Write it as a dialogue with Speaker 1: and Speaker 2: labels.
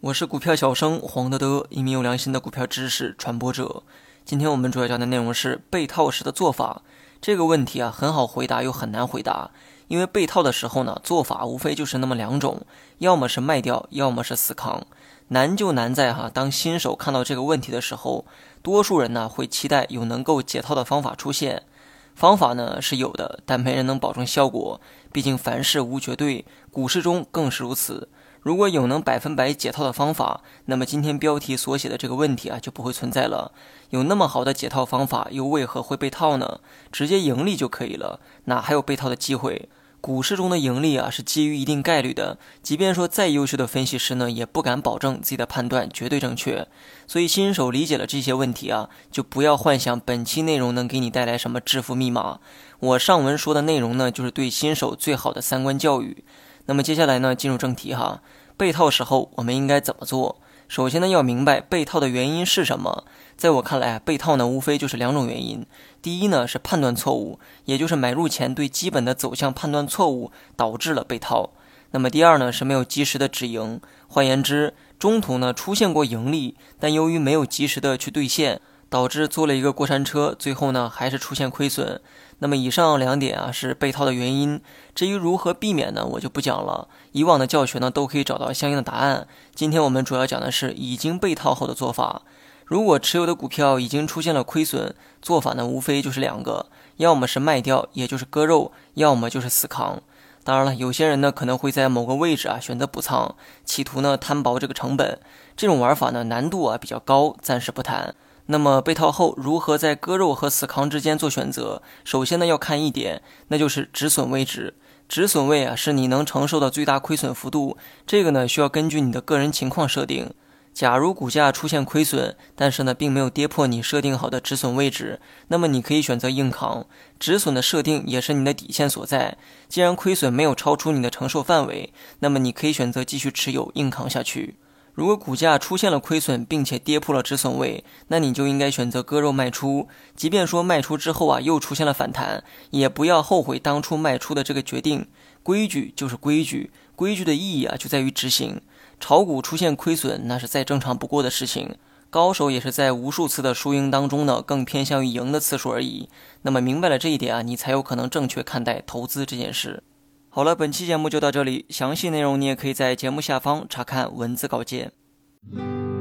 Speaker 1: 我是股票小生黄德德，一名有良心的股票知识传播者。今天我们主要讲的内容是被套时的做法。这个问题啊，很好回答又很难回答，因为被套的时候呢，做法无非就是那么两种，要么是卖掉，要么是死扛。难就难在当新手看到这个问题的时候，多数人呢会期待有能够解套的方法出现。方法呢是有的，但没人能保证效果，毕竟凡事无绝对，股市中更是如此。如果有能100%解套的方法，那么今天标题所写的这个问题就不会存在了。有那么好的解套方法，又为何会被套呢？直接盈利就可以了，哪还有被套的机会？股市中的盈利是基于一定概率的，即便说再优秀的分析师呢，也不敢保证自己的判断绝对正确。所以新手理解了这些问题就不要幻想本期内容能给你带来什么致富密码。我上文说的内容呢，就是对新手最好的3观教育。那么接下来呢，进入正题被套时候我们应该怎么做？首先呢，要明白被套的原因是什么。在我看来被套呢无非就是2种原因。第一呢是判断错误，也就是买入前对基本的走向判断错误，导致了被套。那么第二呢是没有及时的止盈，换言之，中途呢出现过盈利，但由于没有及时的去兑现，导致做了一个过山车，最后呢还是出现亏损。那么以上2点是被套的原因。至于如何避免呢，我就不讲了。以往的教学呢都可以找到相应的答案。今天我们主要讲的是已经被套后的做法。如果持有的股票已经出现了亏损，做法呢无非就是2个，要么是卖掉，也就是割肉，要么就是死扛。当然了，有些人呢可能会在某个位置选择补仓，企图呢摊薄这个成本。这种玩法呢难度比较高，暂时不谈。那么被套后如何在割肉和死扛之间做选择？首先呢要看一点，那就是止损位置。止损位是你能承受的最大亏损幅度，这个呢需要根据你的个人情况设定。假如股价出现亏损，但是呢并没有跌破你设定好的止损位置，那么你可以选择硬扛。止损的设定也是你的底线所在，既然亏损没有超出你的承受范围，那么你可以选择继续持有硬扛下去。如果股价出现了亏损，并且跌破了止损位，那你就应该选择割肉卖出。即便说卖出之后又出现了反弹，也不要后悔当初卖出的这个决定。规矩就是规矩，规矩的意义就在于执行。炒股出现亏损，那是再正常不过的事情。高手也是在无数次的输赢当中呢，更偏向于赢的次数而已。那么明白了这一点你才有可能正确看待投资这件事。好了，本期节目就到这里，详细内容你也可以在节目下方查看文字稿件。